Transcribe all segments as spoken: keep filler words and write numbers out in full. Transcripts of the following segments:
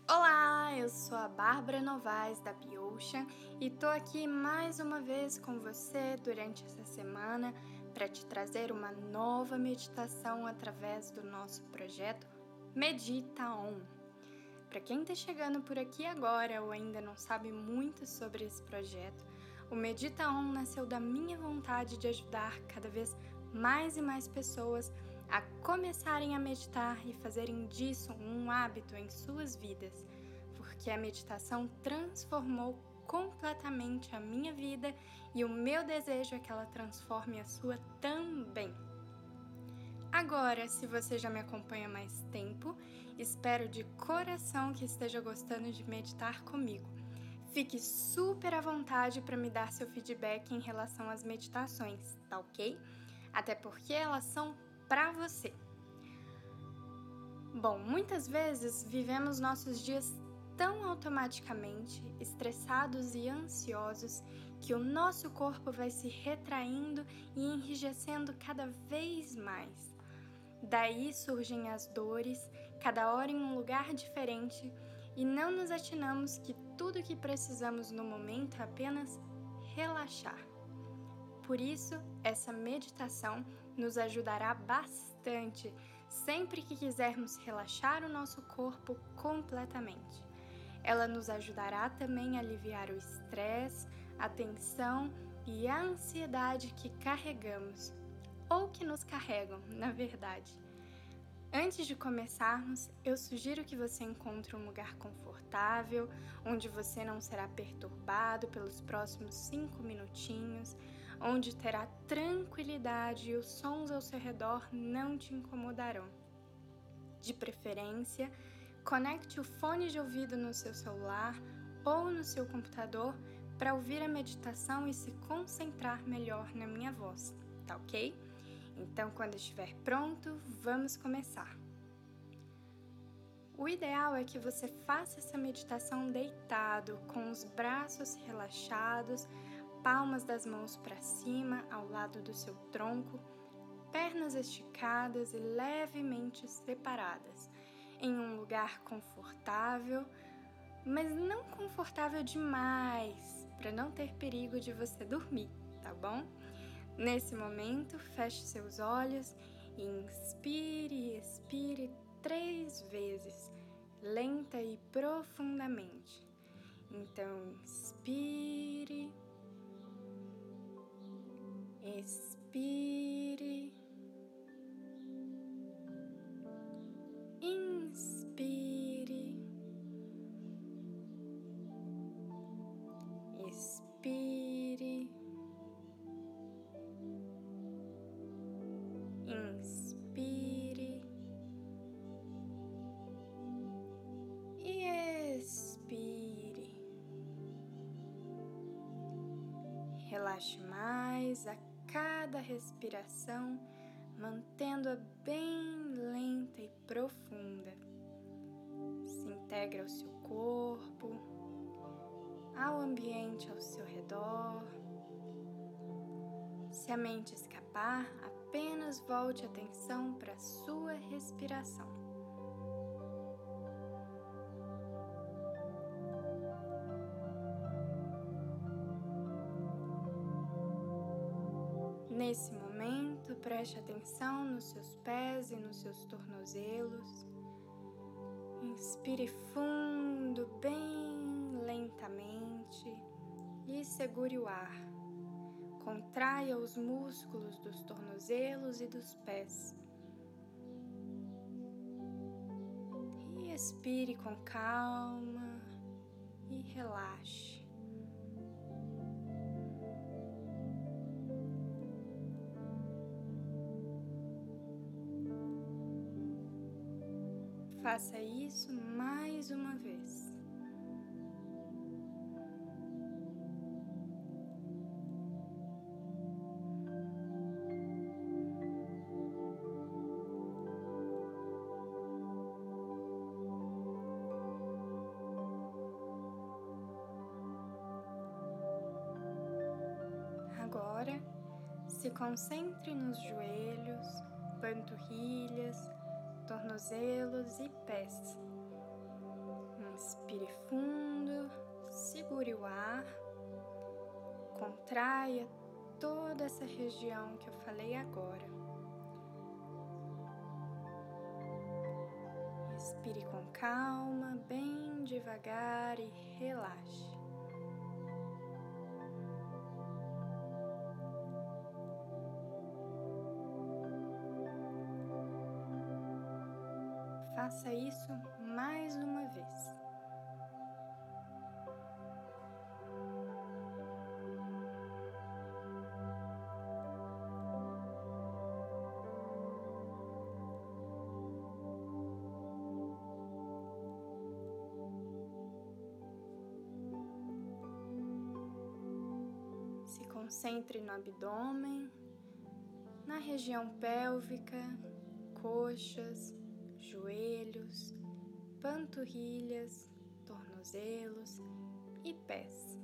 Olá, eu sou a Bárbara Novaes da Biocean e tô aqui mais uma vez com você durante essa semana para te trazer uma nova meditação através do nosso projeto Medita On. Para quem está chegando por aqui agora ou ainda não sabe muito sobre esse projeto, o Medita On nasceu da minha vontade de ajudar cada vez mais e mais pessoas a começarem a meditar e fazerem disso um hábito em suas vidas, porque a meditação transformou completamente a minha vida e o meu desejo é que ela transforme a sua também. Agora, se você já me acompanha há mais tempo, espero de coração que esteja gostando de meditar comigo. Fique super à vontade para me dar seu feedback em relação às meditações, tá ok? Até porque elas são para você. Bom, muitas vezes vivemos nossos dias tão automaticamente, estressados e ansiosos, que o nosso corpo vai se retraindo e enrijecendo cada vez mais. Daí surgem as dores, cada hora em um lugar diferente, e não nos atinamos que tudo o que precisamos no momento é apenas relaxar. Por isso, essa meditação nos ajudará bastante sempre que quisermos relaxar o nosso corpo completamente. Ela nos ajudará também a aliviar o estresse, a tensão e a ansiedade que carregamos, ou que nos carregam, na verdade. Antes de começarmos, eu sugiro que você encontre um lugar confortável, onde você não será perturbado pelos próximos cinco minutinhos, onde terá tranquilidade e os sons ao seu redor não te incomodarão. De preferência, conecte o fone de ouvido no seu celular ou no seu computador para ouvir a meditação e se concentrar melhor na minha voz, tá ok? Então, quando estiver pronto, vamos começar. O ideal é que você faça essa meditação deitado, com os braços relaxados, palmas das mãos para cima, ao lado do seu tronco, pernas esticadas e levemente separadas, em um lugar confortável, mas não confortável demais, para não ter perigo de você dormir, tá bom? Nesse momento, feche seus olhos e inspire e expire três vezes, lenta e profundamente. Então, inspire, expire, inspire, expire. Inspire e expire. Relaxe mais a cada respiração, mantendo-a bem lenta e profunda. Se integra ao seu corpo, ao ambiente ao seu redor. Se a mente escapar, apenas volte a atenção para a sua respiração. Nesse momento, preste atenção nos seus pés e nos seus tornozelos. Inspire fundo, bem lentamente e segure o ar. Contraia os músculos dos tornozelos e dos pés. E expire com calma e relaxe. Faça isso mais uma vez. Agora, se concentre nos joelhos, panturrilhas, tornozelos e pés. Inspire fundo, segure o ar, contraia toda essa região que eu falei agora. Respire com calma, bem devagar e relaxe. Faça isso mais uma vez. Se concentre no abdômen, na região pélvica, coxas, joelhos, panturrilhas, tornozelos e pés.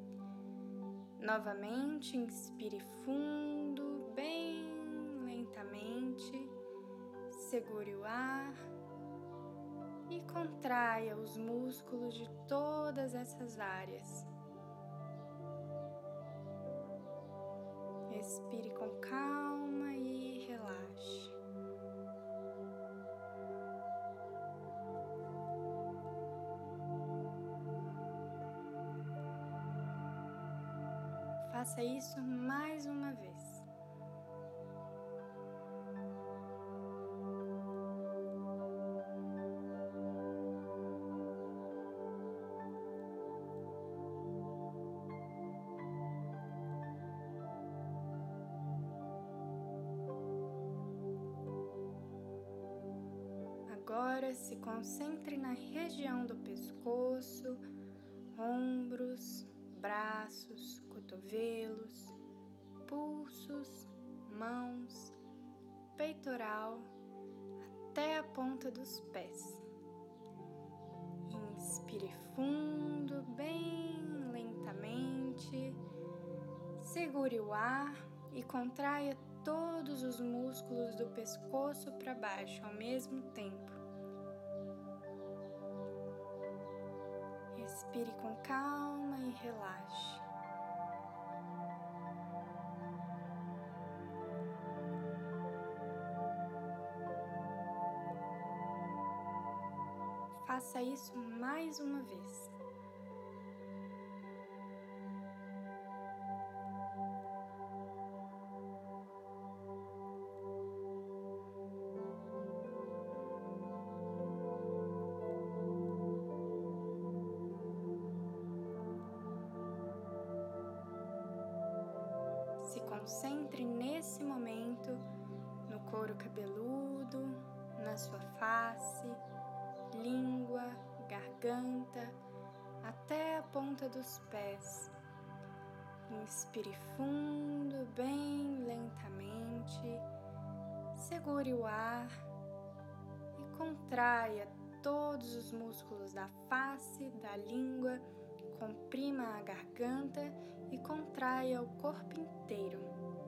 Novamente, inspire fundo, bem lentamente, segure o ar e contraia os músculos de todas essas áreas. Respire com calma e relaxe. Faça isso mais uma vez. Agora se concentre na região do pescoço, ombros, braços, cotovelos, pulsos, mãos, peitoral, até a ponta dos pés. Inspire fundo, bem lentamente, segure o ar e contraia todos os músculos do pescoço para baixo ao mesmo tempo. Respire com calma e relaxe. Faça isso mais uma vez. Se concentre nesse momento no couro cabeludo, na sua face, língua, garganta, até a ponta dos pés. Inspire fundo, bem lentamente, segure o ar e contraia todos os músculos da face, da língua, comprima a garganta e contraia o corpo inteiro.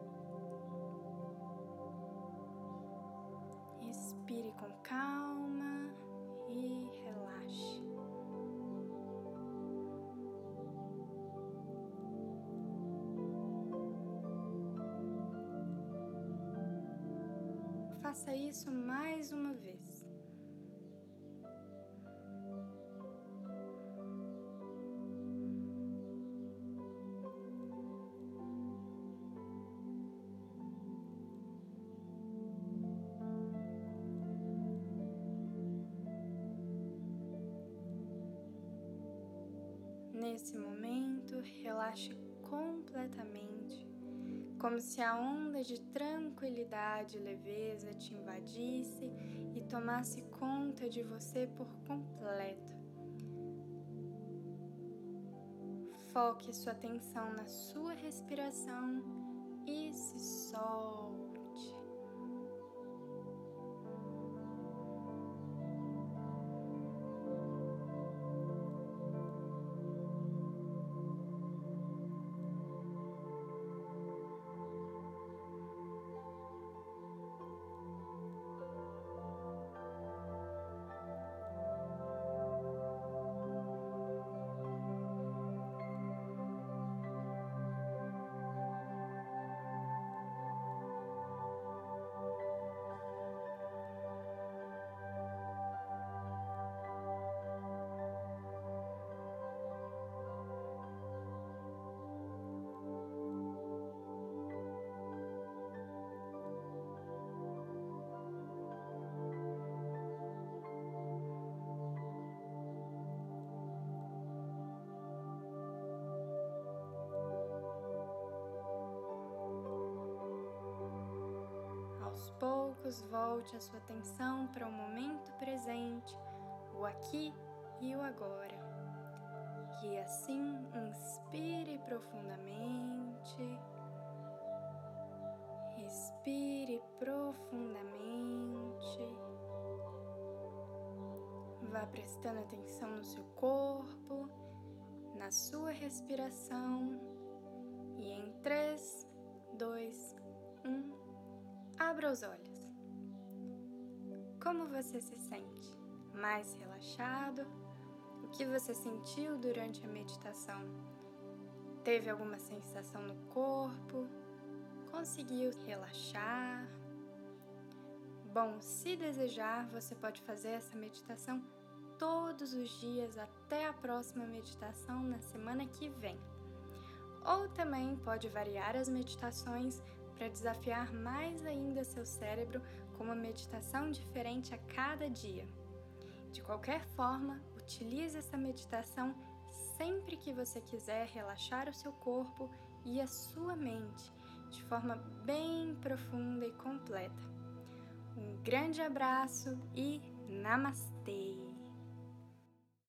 Respire com calma e relaxe. Faça isso mais uma vez. Nesse momento, relaxe completamente, como se a onda de tranquilidade e leveza te invadisse e tomasse conta de você por completo. Foque sua atenção na sua respiração e se solte. poucos, volte a sua atenção para o momento presente, o aqui e o agora. E assim, inspire profundamente, respire profundamente, vá prestando atenção no seu corpo, na sua respiração, e em três, dois, um, abra os olhos. Como você se sente? Mais relaxado? O que você sentiu durante a meditação? Teve alguma sensação no corpo? Conseguiu relaxar? Bom, se desejar, você pode fazer essa meditação todos os dias até a próxima meditação na semana que vem. Ou também pode variar as meditações para desafiar mais ainda seu cérebro com uma meditação diferente a cada dia. De qualquer forma, utilize essa meditação sempre que você quiser relaxar o seu corpo e a sua mente de forma bem profunda e completa. Um grande abraço e Namastê!